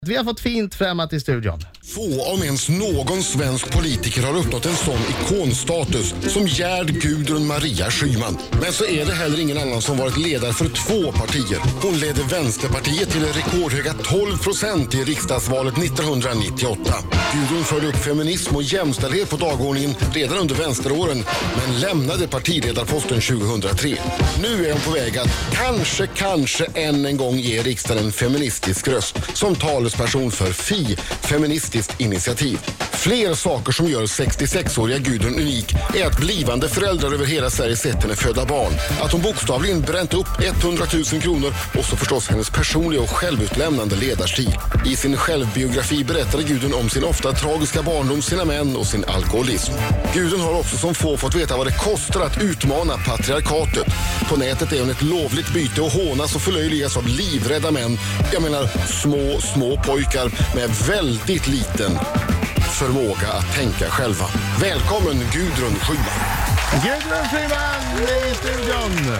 Vi har fått fint främmat i studion. Få om ens någon svensk politiker har uppnått en sån ikonstatus som Gerd Gudrun Maria Schyman. Men så är det heller ingen annan som varit ledare för 2 partier. Hon ledde Vänsterpartiet till en rekordhöga 12% i riksdagsvalet 1998. Gudrun förde upp feminism och jämställdhet på dagordningen redan under vänsteråren, men lämnade partiledarposten 2003. Nu är hon på väg att kanske än en gång ge riksdagen en feministisk röst som talesperson för FI, Feministiskt initiativ. Fler saker som gör 66-åriga Gudrun unik är att blivande föräldrar över hela Sverige sett henne föda barn. Att hon bokstavligen bränt upp 100 000 kronor och så förstås hennes personliga och självutlämnande ledarstil. I sin självbiografi berättade Gudrun om sin ofta tragiska barndom, sina män och sin alkoholism. Gudrun har också som få fått veta vad det kostar att utmana patriarkatet. På nätet är hon ett lovligt byte och hånas och förlöjligas av livrädda män. Jag menar små pojkar med väldigt liten förmåga att tänka själva. Välkommen Gudrun Schyman. Gudrun Schyman i studion.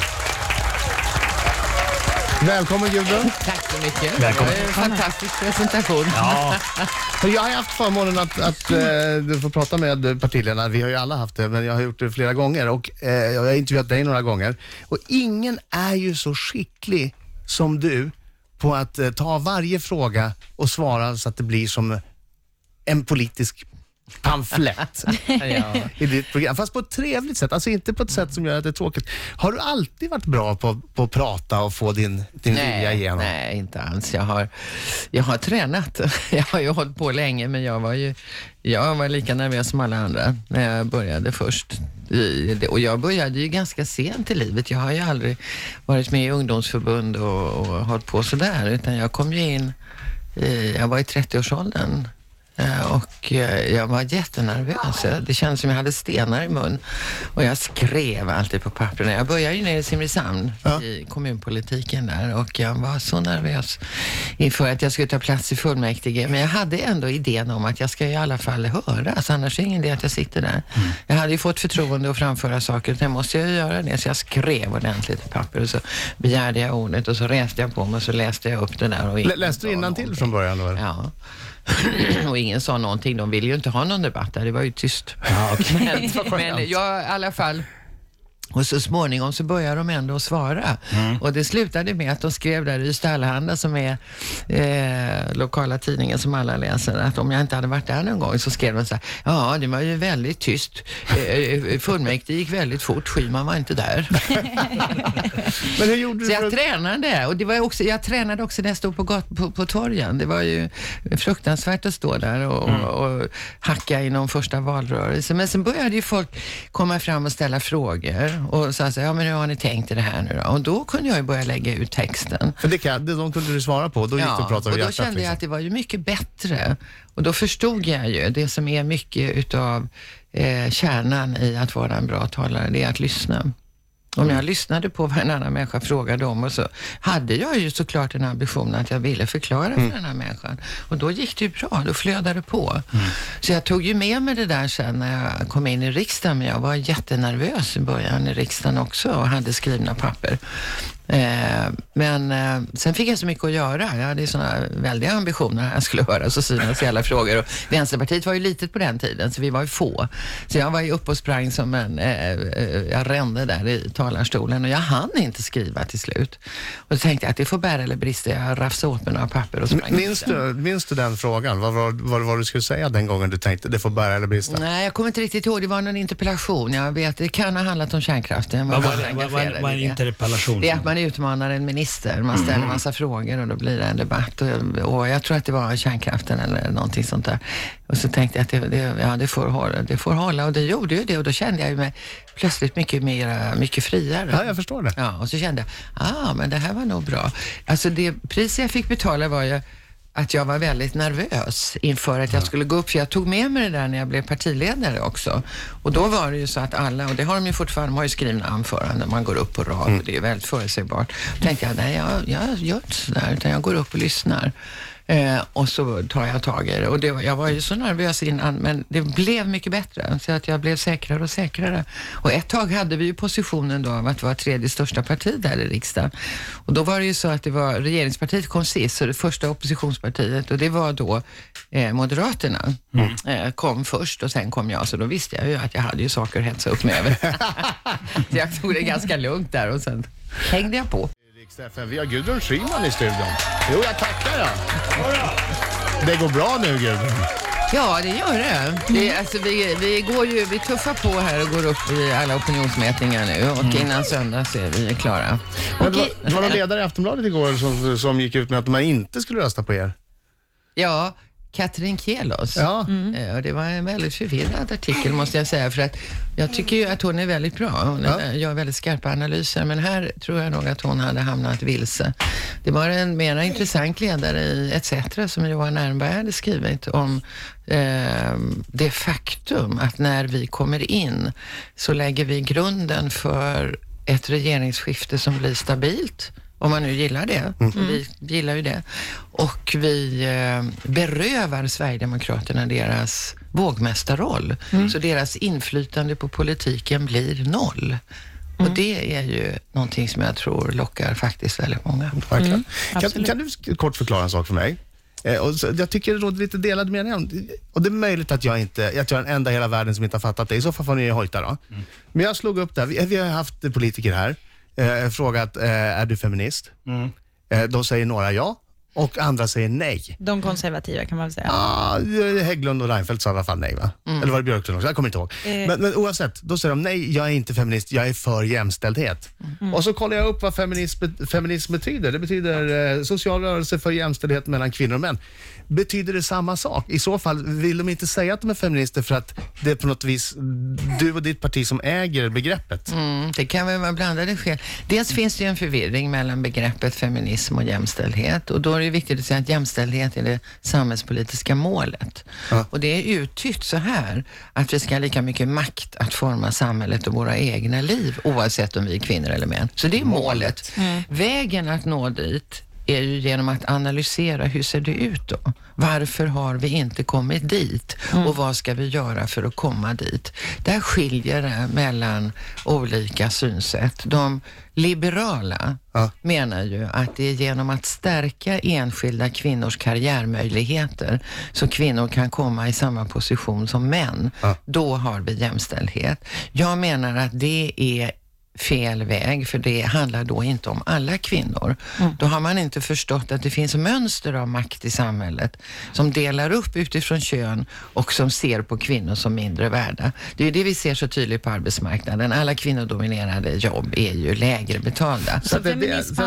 Välkommen Gudrun. Tack så mycket. Välkommen. Det är en fantastisk presentation. Ja. Jag har haft förmånen att du får prata med partiledarna. Vi har ju alla haft det, men jag har gjort det flera gånger och jag har intervjuat dig några gånger. Och ingen är ju så skicklig som du på att ta varje fråga och svara så att det blir som en politisk pamflett i ditt program. Fast på ett trevligt sätt, alltså inte på ett sätt som gör att det är tråkigt. Har du alltid varit bra på att prata och få din vilja igenom? Nej, inte alls. Jag har tränat. Jag har ju hållit på länge, men jag var lika nervös som alla andra när jag började först. Och jag började ju ganska sent i livet. Jag har ju aldrig varit med i ungdomsförbund och hållit på sådär, utan jag kom ju in jag var i 30-årsåldern. Och jag var jättenervös. Det kändes som jag hade stenar i mun. Och jag skrev alltid på papperna. Jag började ju nere i Simrishamn i kommunpolitiken där. Och jag var så nervös inför att jag skulle ta plats i fullmäktige. Men jag hade ändå idén om att jag ska i alla fall höra. Så annars är det ingen idé att jag sitter där. Jag hade ju fått förtroende att framföra saker. Så måste jag göra det. Så jag skrev ordentligt i papper. Och så begärde jag ordet. Och så reste jag på mig och så läste jag upp det där. Och läste du innantill från början då? Ja. Och ingen sa någonting, de ville ju inte ha någon debatt där, det var ju tyst. Ja, okay. Men jag i alla fall. Och så småningom så började de ändå att svara. Och det slutade med att de skrev där i Stallhanda, som är lokala tidningen som alla läser, att om jag inte hade varit där någon gång så skrev de så här: ja, det var ju väldigt tyst. Fullmäktige gick väldigt fort, Schyman var inte där. Men hur gjorde du? Så jag tränade, och det var också, jag tränade också när jag stod på torgen. Det var ju fruktansvärt att stå där och hacka i någon första valrörelse. Men sen började ju folk komma fram och ställa frågor. Och sa så, ja men hur har ni tänkt i det här nu då? Och då kunde jag ju börja lägga ut texten. För de kunde du svara på, då gick du och pratade om hjärtat. Och då kände jag att det var ju mycket bättre. Och då förstod jag ju det som är mycket utav kärnan i att vara en bra talare, det är att lyssna. Om jag lyssnade på vad en annan människa frågade om, och så hade jag ju såklart en ambition att jag ville förklara för den här människan. Och då gick det ju bra, då flödade det på. Så jag tog ju med mig det där sen när jag kom in i riksdagen, men jag var jättenervös i början i riksdagen också och hade skrivna papper. Men sen fick jag så mycket att göra. Jag hade såna väldiga ambitioner när jag skulle höra så synas i alla frågor. Och Vänsterpartiet var ju litet på den tiden, så vi var ju få. Så jag var ju uppe och sprang som jag rände där i talarstolen, och jag hann inte skriva till slut. Och då tänkte jag att det får bära eller brista. Jag rafsade åt mig några papper och sprang. Minns du den frågan? Vad var du skulle säga den gången du tänkte det får bära eller brista? Nej, jag kommer inte riktigt ihåg. Det var någon interpellation. Jag vet, det kan ha handlat om kärnkraften. Vad var en interpellation? Det är att man utmanar en minister. Man ställer en massa frågor och då blir det en debatt. Och jag tror att det var kärnkraften eller någonting sånt där. Och så tänkte jag att det får hålla. Och det gjorde ju det. Och då kände jag ju mig plötsligt mycket friare. Ja, jag förstår det. Ja, och så kände jag, men det här var nog bra. Alltså det pris jag fick betala var ju att jag var väldigt nervös inför att jag skulle gå upp. För jag tog med mig det där när jag blev partiledare också. Och då var det ju så att alla, och det har de ju fortfarande, de har ju skrivna anföranden, man går upp på rad och det är väldigt förutsägbart. Då tänkte jag, nej jag gör inte sådär, utan jag går upp och lyssnar. Och så tar jag tag i det. Och jag var ju så nervös innan, men det blev mycket bättre. Så att jag blev säkrare och säkrare. Och ett tag hade vi ju positionen då av att vara tredje största parti där i riksdagen. Och då var det ju så att det var regeringspartiet kom sist, så det första oppositionspartiet. Och det var då Moderaterna kom först och sen kom jag. Så då visste jag ju att jag hade ju saker att hetsa upp med över. Så jag tog det ganska lugnt där och sen hängde jag på. Vi har Gudrun Schyman i studion. Jo, jag tackar jag. Det går bra nu, Gudrun. Ja, det gör det. Vi tuffar på här och går upp i alla opinionsmätningar nu. Och innan söndag så är vi klara. Men det var någon ledare i Aftonbladet igår som gick ut med att man inte skulle rösta på er. Ja, Katrin Kelos. Ja. Och det var en väldigt förvirrad artikel måste jag säga, för att jag tycker ju att hon är väldigt bra. Hon gör väldigt skarpa analyser, men här tror jag nog att hon hade hamnat vilse. Det var en mer intressant ledare i ETC som Johan Ernberg hade skrivit om det faktum att när vi kommer in så lägger vi grunden för ett regeringsskifte som blir stabilt. Om man nu gillar det. Vi gillar ju det. Och vi berövar Sverigedemokraterna deras vågmästarroll. Så deras inflytande på politiken blir 0. Och det är ju någonting som jag tror lockar faktiskt väldigt många. Kan du kort förklara en sak för mig? Och så, jag tycker det råder lite delade meningar om. Och det är möjligt att jag är den enda i hela världen som inte har fattat det. I så fall får ni hojta då. Men jag slog upp där. Vi har haft politiker här. Frågat, är du feminist? Då säger några ja och andra säger nej. De konservativa kan man väl säga. Ja, Hägglund och Reinfeldt sa i alla fall nej, va? Eller var det Björklund också? Jag kommer inte ihåg. Men oavsett, då säger de nej, jag är inte feminist, jag är för jämställdhet. Och så kollar jag upp vad feminism betyder. Det betyder social rörelse för jämställdhet mellan kvinnor och män. Betyder det samma sak? I så fall vill de inte säga att de är feminister för att det är på något vis du och ditt parti som äger begreppet. Det kan väl vara blandade skäl. Dels finns det ju en förvirring mellan begreppet feminism och jämställdhet. Och då är det viktigt att säga att jämställdhet är det samhällspolitiska målet. Och det är uttytt så här att vi ska ha lika mycket makt att forma samhället och våra egna liv oavsett om vi är kvinnor eller män. Så det är målet. Vägen att nå dit är ju genom att analysera hur ser det ut då? Varför har vi inte kommit dit? Och vad ska vi göra för att komma dit? Där skiljer det mellan olika synsätt. De liberala menar ju att det är genom att stärka enskilda kvinnors karriärmöjligheter så kvinnor kan komma i samma position som män. Då har vi jämställdhet. Jag menar att det är fel väg, för det handlar då inte om alla kvinnor. Då har man inte förstått att det finns mönster av makt i samhället som delar upp utifrån kön och som ser på kvinnor som mindre värda. Det är ju det vi ser så tydligt på arbetsmarknaden. Alla kvinnodominerade jobb är ju lägre betalda. Så det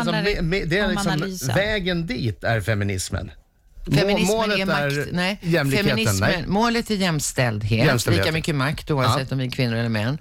är liksom vägen dit är feminismen. Feminismen är makt. Nej, feminismen, målet är jämställdhet. Lika mycket makt oavsett om vi är kvinnor eller män.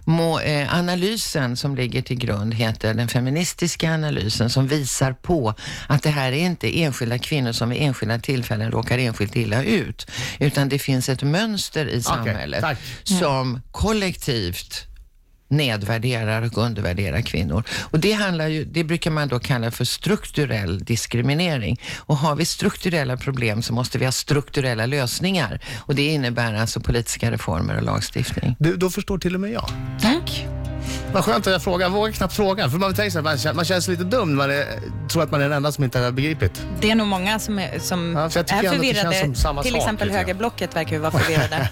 Analysen som ligger till grund heter den feministiska analysen, som visar på att det här är inte enskilda kvinnor som vid enskilda tillfällen råkar enskilt illa ut, utan det finns ett mönster i samhället som kollektivt nedvärderar och undervärderar kvinnor. Och det brukar man då kalla för strukturell diskriminering. Och har vi strukturella problem så måste vi ha strukturella lösningar. Och det innebär alltså politiska reformer och lagstiftning. Då förstår till och med jag. Tack. Vad skönt att jag frågar. Jag vågar knappt fråga. För man tänker att man känns lite dum när man tror att man är den enda som inte har begripit. Det är nog många som är förvirrade. Till exempel högerblocket verkar ju vara förvirrade.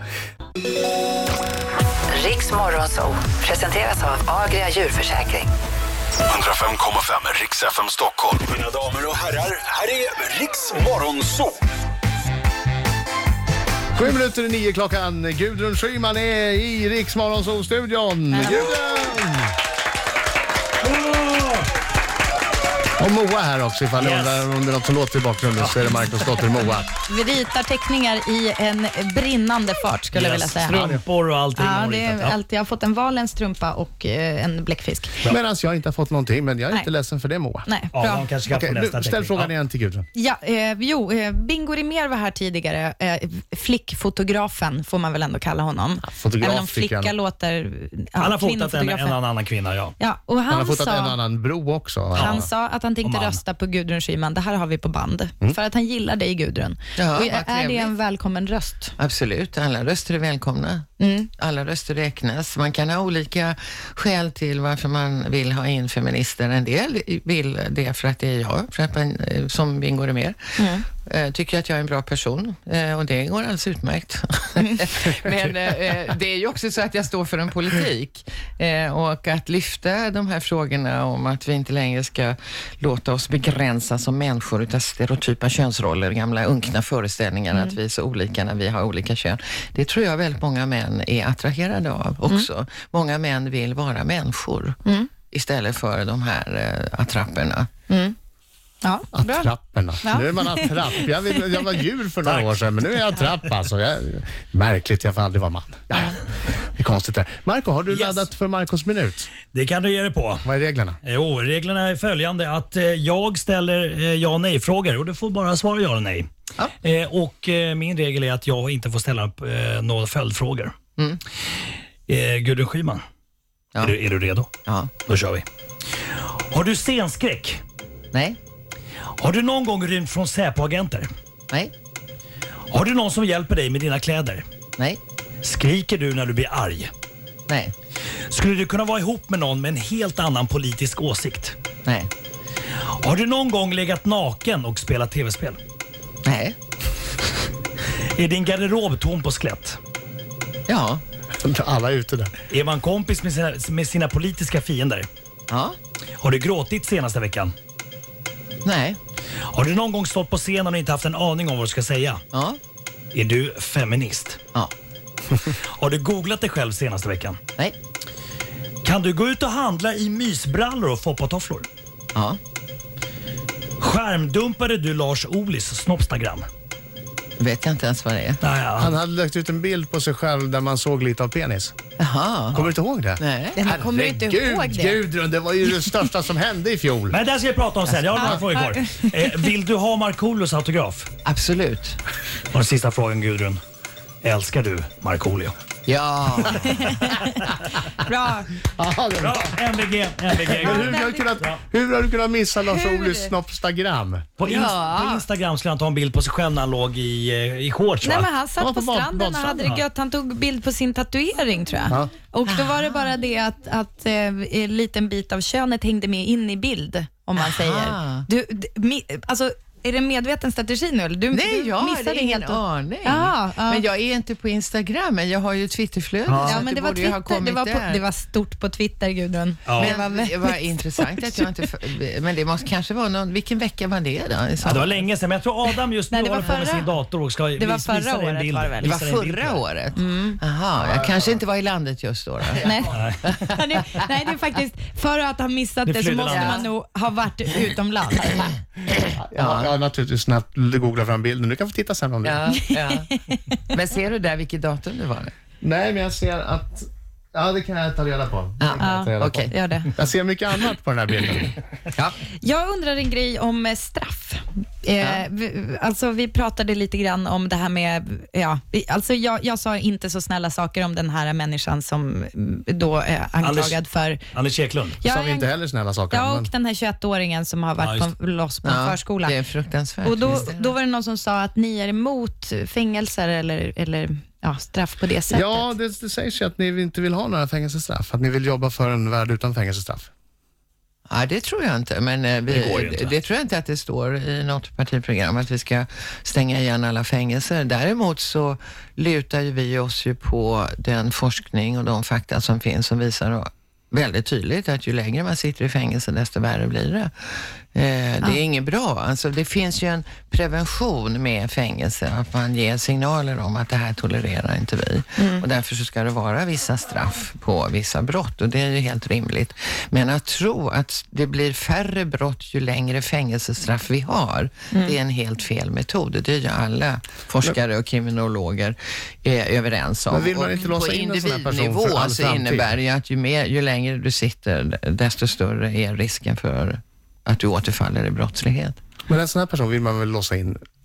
Riks Morgonzoo presenteras av Agria djurförsäkring. 105,5 Riks FM Stockholm. Mina damer och herrar, här är Riks Morgonzoo. 7:09 klockan. Gudrun Schyman är i Riks Morgonzoo-studion. Gudrun! Och Moa här också, ifall ni undrar om det är något som låter i bakgrunden så är det Marcus dotter Moa. Vi ritar teckningar i en brinnande fart skulle jag vilja säga. Strumpor och allting. Ja, det är allt. Jag har fått en val, en strumpa och en bläckfisk. Medan jag inte har fått någonting, men jag är inte ledsen för det, Moa. Nej, bra. Ja, kanske kan få nästa ställ frågan igen till Gudrun. Ja, Bingo Rimér var här tidigare. Flickfotografen får man väl ändå kalla honom. Fotograf. Även om flicka låter... Han har fotat en annan kvinna, ja, och han har fotat en annan bro också. Han sa att han tänkte rösta på Gudrun Schyman. Det här har vi på band. För att han gillar dig, Gudrun. Ja, och vad är det trevligt. en välkommen röst? Absolut, alla röster är välkomna. Alla röster räknas. Man kan ha olika skäl till varför man vill ha in feminister. En del vill det för att det är jag, för att man, som Bingo Rimér, tycker att jag är en bra person. Och det går alldeles utmärkt. Men det är ju också så att jag står för en politik. Och att lyfta de här frågorna om att vi inte längre ska låta oss begränsa som människor utav stereotypa könsroller, gamla unkna föreställningar att vi är så olika när vi har olika kön. Det tror jag väldigt många män är attraherade av också. Många män vill vara människor istället för de här attrapperna. Ja, bra. Attrapperna. Ja. Nu är man attrapp. Jag var djur för några år sedan, men nu är jag attrapp alltså. Märkligt, jag får aldrig vara man. Ja, det är konstigt det. Marco, har du laddat för Marcos minut? Det kan du ge dig på. Vad är reglerna? Jo, reglerna är följande att jag ställer ja och nej-frågor och du får bara svara ja eller nej. Ja. Och min regel är att jag inte får ställa några följdfrågor. Gudrun Schyman, Ja. är du redo? Ja. Då kör vi. Har du scenskräck? Nej. Har du någon gång rymt från Säpo-agenter? Nej. Har du någon som hjälper dig med dina kläder? Nej. Skriker du när du blir arg? Nej. Skulle du kunna vara ihop med någon med en helt annan politisk åsikt? Nej. Har du någon gång legat naken och spelat tv-spel? Nej. Är din garderob tom på skelett? Ja. Alla är ute där. Är man kompis med sina politiska fiender? Ja. Har du gråtit senaste veckan? Nej. Har du någon gång stått på scenen och inte haft en aning om vad du ska säga? Ja. Är du feminist? Ja. Har du googlat dig själv senaste veckan? Nej. Kan du gå ut och handla i mysbrallor och foppatofflor? Ja. Skärmdumpade du Lars Ohlys snoppstagram? Vet jag inte ens vad det är. Nej, Han hade lagt ut en bild på sig själv där man såg lite av penis. Jaha. Kommer du inte ihåg det? Nej. Jag kommer inte ihåg det. Gudrun, det var ju det största som hände i fjol. Men det ska vi prata om sen. Jag har några frågor kvar. Vill du ha Markoolios autograf? Absolut. Och den sista frågan, Gudrun. Älskar du Markoolio? Ja. Bra. Bra, MVG. Men hur har du kunnat missa Lars Hur? Ohlys snoppstagram? På Instagram skulle han ta en bild på sig själv när han låg i shorts, va? Nej, men han satt Ja, på på stranden och hade badstranden, det gött. Han tog bild på sin tatuering, tror jag. Ja. Och då var det bara det att en liten bit av könet hängde med in i bild, om man säger. Alltså, är det en medveten strategi nu? Eller? Nej, jag missade hade ingen helt aning. Ja. Men jag är inte på Instagram, men jag har ju Twitterflöde. Ja, så men det var borde ju ha Twitter. kommit där. Det var stort på Twitter, Gudrun. Ja. Men det var intressant att jag inte... Men det måste kanske vara någon... Vilken vecka var det då? Ja, det var länge sedan, men jag tror Adam just nu Nej, det var håller på med förra- sin dator och ska Det var visa förra dig en året, bild. var det väl? Det var Visa dig en bild på förra det. året? Jaha, jag kanske inte var i landet just då. Nej. Nej, det är faktiskt, för att ha missat Det det så flydde måste landet. man nog ha varit utomlands. Jag har naturligtvis snabbt googlat fram bilden. Du kan få titta sen om det. Ja. Men ser du där vilket datum det var? Nej, men jag ser att... Ja, det kan jag ta reda på. Det kan jag ta reda på. okej. Gör det. Jag ser mycket annat på den här bilden. Ja. Jag undrar en grej om straff. Vi pratade lite grann om det här med... jag sa inte så snälla saker om den här människan som då är anklagad för... Anders Eklund. Ja, Som inte heller snälla saker. Ja, men- och den här 21-åringen som har varit loss på en förskola. Det är fruktansvärt. Och visst är det. då var det någon som sa att ni är emot fängelser eller straff på det sättet. Ja, det sägs ju att ni inte vill ha några fängelsestraff. Att ni vill jobba för en värld utan fängelsestraff. Ja, det tror jag inte. Men går ju inte. det tror jag inte att det står i något partiprogram att vi ska stänga igen alla fängelser. Däremot så lutar ju vi oss ju på den forskning och de fakta som finns som visar väldigt tydligt att ju längre man sitter i fängelse desto värre blir det. Det är inget bra. Alltså, det finns ju en prevention med fängelse, att man ger signaler om att det här tolererar inte vi. Och därför så ska det vara vissa straff på vissa brott och det är ju helt rimligt. Men att tro att det blir färre brott ju längre fängelsestraff vi har, det är en helt fel metod. Det är ju alla forskare och kriminologer överens om. Men vill man inte Och låsa på in en sån här person individnivå för all så framtid? innebär det ju att ju längre du sitter, desto större är risken för att du återfaller i brottslighet. Men en sån här person vill man väl låsa in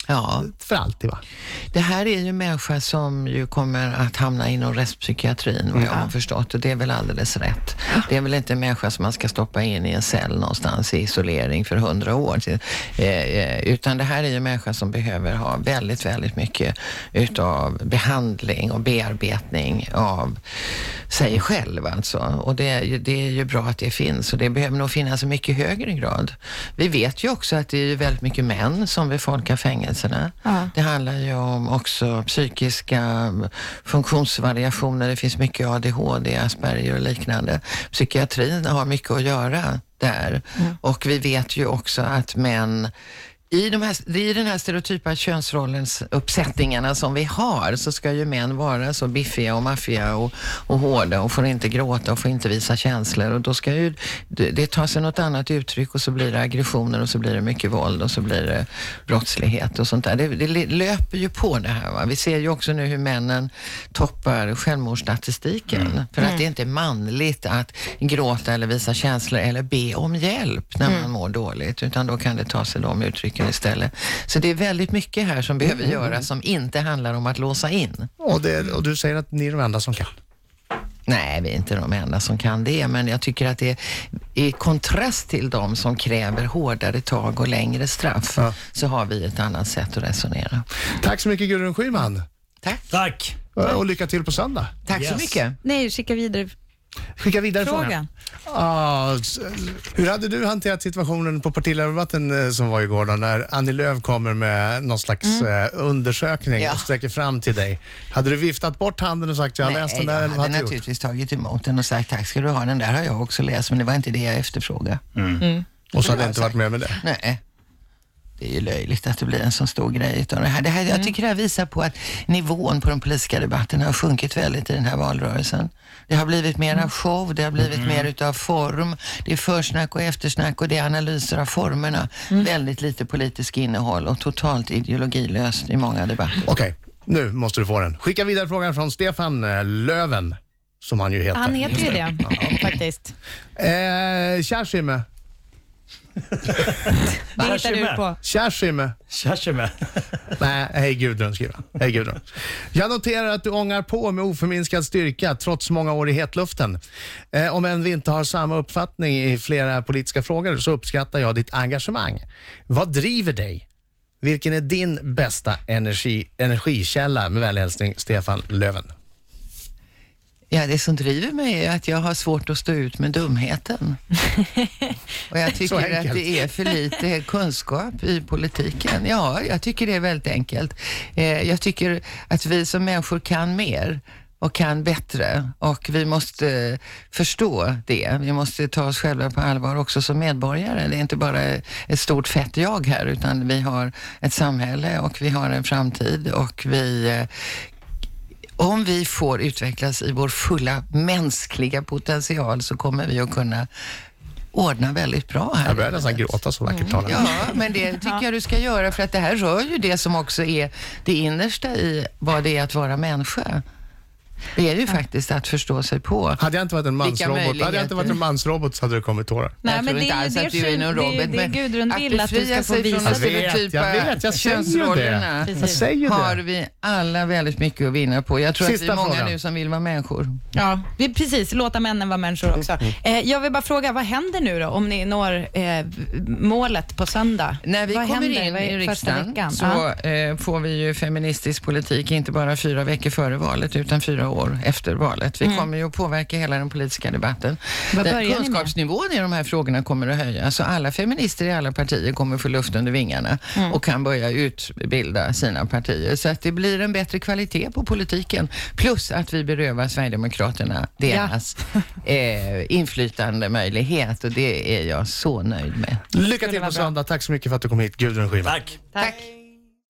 Ja. För alltid, va? Det här är ju människor som ju kommer att hamna inom rättspsykiatrin, vad jag har förstått, och det är väl alldeles rätt. Det är väl inte en människa som man ska stoppa in i en cell någonstans i isolering för 100 år. Utan det här är ju människor som behöver ha väldigt, väldigt mycket utav behandling och bearbetning av sig själv alltså. Och det är ju bra att det finns, och det behöver nog finnas i mycket högre grad. Vi vet ju också att det är väldigt mycket män som befolkar fängelserna. Ja. Det handlar ju om också psykiska funktionsvariationer. Det finns mycket ADHD, Asperger och liknande. Psykiatrin har mycket att göra där. Och vi vet ju också att män i den här stereotypa könsrollens uppsättningarna som vi har, så ska ju män vara så biffiga och maffiga och hårda och får inte gråta och får inte visa känslor, och då ska ju det ta sig något annat uttryck, och så blir det aggressioner och så blir det mycket våld och så blir det brottslighet och sånt där. Det löper ju på det här, va? Vi ser ju också nu hur männen toppar självmordsstatistiken för att det inte är manligt att gråta eller visa känslor eller be om hjälp när man mår dåligt, utan då kan det ta sig de uttrycken istället. Så det är väldigt mycket här som behöver göras som inte handlar om att låsa in. Och du säger att ni är de enda som kan. Nej, vi är inte de enda som kan det, men jag tycker att det är i kontrast till de som kräver hårdare tag och längre straff, så har vi ett annat sätt att resonera. Tack så mycket, Gudrun Schyman. Tack. Och lycka till på söndag. Tack så mycket. Nej, skicka vidare frågan. Hur hade du hanterat situationen på partiledardebatten som var igår då, när Annie Lööf kommer med någon slags undersökning och sträcker fram till dig? Hade du viftat bort handen och sagt jag har läst den där? Jag hade naturligtvis tagit emot den och sagt tack ska du ha, den där har jag också läst, men det var inte det jag efterfrågade. Och så hade jag inte varit med det? Nej. Det är ju löjligt att det blir en sån stor grej utav det här. Jag tycker det här visar på att nivån på den politiska debatten har sjunkit väldigt i den här valrörelsen. Det har blivit mer av show, det har blivit mer utav form, det är försnack och eftersnack och det är analyser av formerna. Väldigt lite politisk innehåll och totalt ideologilöst i många debatter. Okej, nu måste du få den. Skicka vidare frågan från Stefan Löfven, som han ju heter. Han heter ju det, faktiskt. Kärsimme. Det hittar du på. Kärsimme. Nej, hej Gudrun skriver. Hej Gudrun. Jag noterar att du ångar på med oförminskad styrka trots många år i hetluften. Om än vi inte har samma uppfattning i flera politiska frågor så uppskattar jag ditt engagemang. Vad driver dig? Vilken är din bästa energikälla? Med välhälsning Stefan Löfven. Ja, det som driver mig är att jag har svårt att stå ut med dumheten. Och jag tycker att det är för lite kunskap i politiken. Ja, jag tycker det är väldigt enkelt. Jag tycker att vi som människor kan mer och kan bättre, och vi måste förstå det. Vi måste ta oss själva på allvar också som medborgare. Det är inte bara ett stort fett jag här, utan vi har ett samhälle och vi har en framtid, och om vi får utvecklas i vår fulla mänskliga potential så kommer vi att kunna ordna väldigt bra här. Jag börjar nästan gråta så vackert talat. Ja, men det tycker jag du ska göra, för att det här rör ju det som också är det innersta i vad det är att vara människa. Det är ju faktiskt att förstå sig på. Hade jag inte varit en mansrobot så hade det kommit tårar. Nej, men det är Gudrun vill att du ska få visa sig. Jag könsrollerna har vi alla väldigt mycket att vinna på. Jag tror att vi är många nu som vill vara människor. Ja, vi precis. Låta männen vara människor också. Jag vill bara fråga, vad händer nu då om ni når målet på söndag? När vi kommer in i riksdagen så får vi ju feministisk politik inte bara 4 veckor före valet utan 4 år efter valet. Vi kommer ju att påverka hela den politiska debatten. Kunskapsnivån i de här frågorna kommer att höjas. Så alla feminister i alla partier kommer få luft under vingarna och kan börja utbilda sina partier. Så att det blir en bättre kvalitet på politiken. Plus att vi berövar Sverigedemokraterna deras inflytande möjlighet, och det är jag så nöjd med. Lycka till på söndag. Tack så mycket för att du kom hit, Gudrun Schyman. Tack.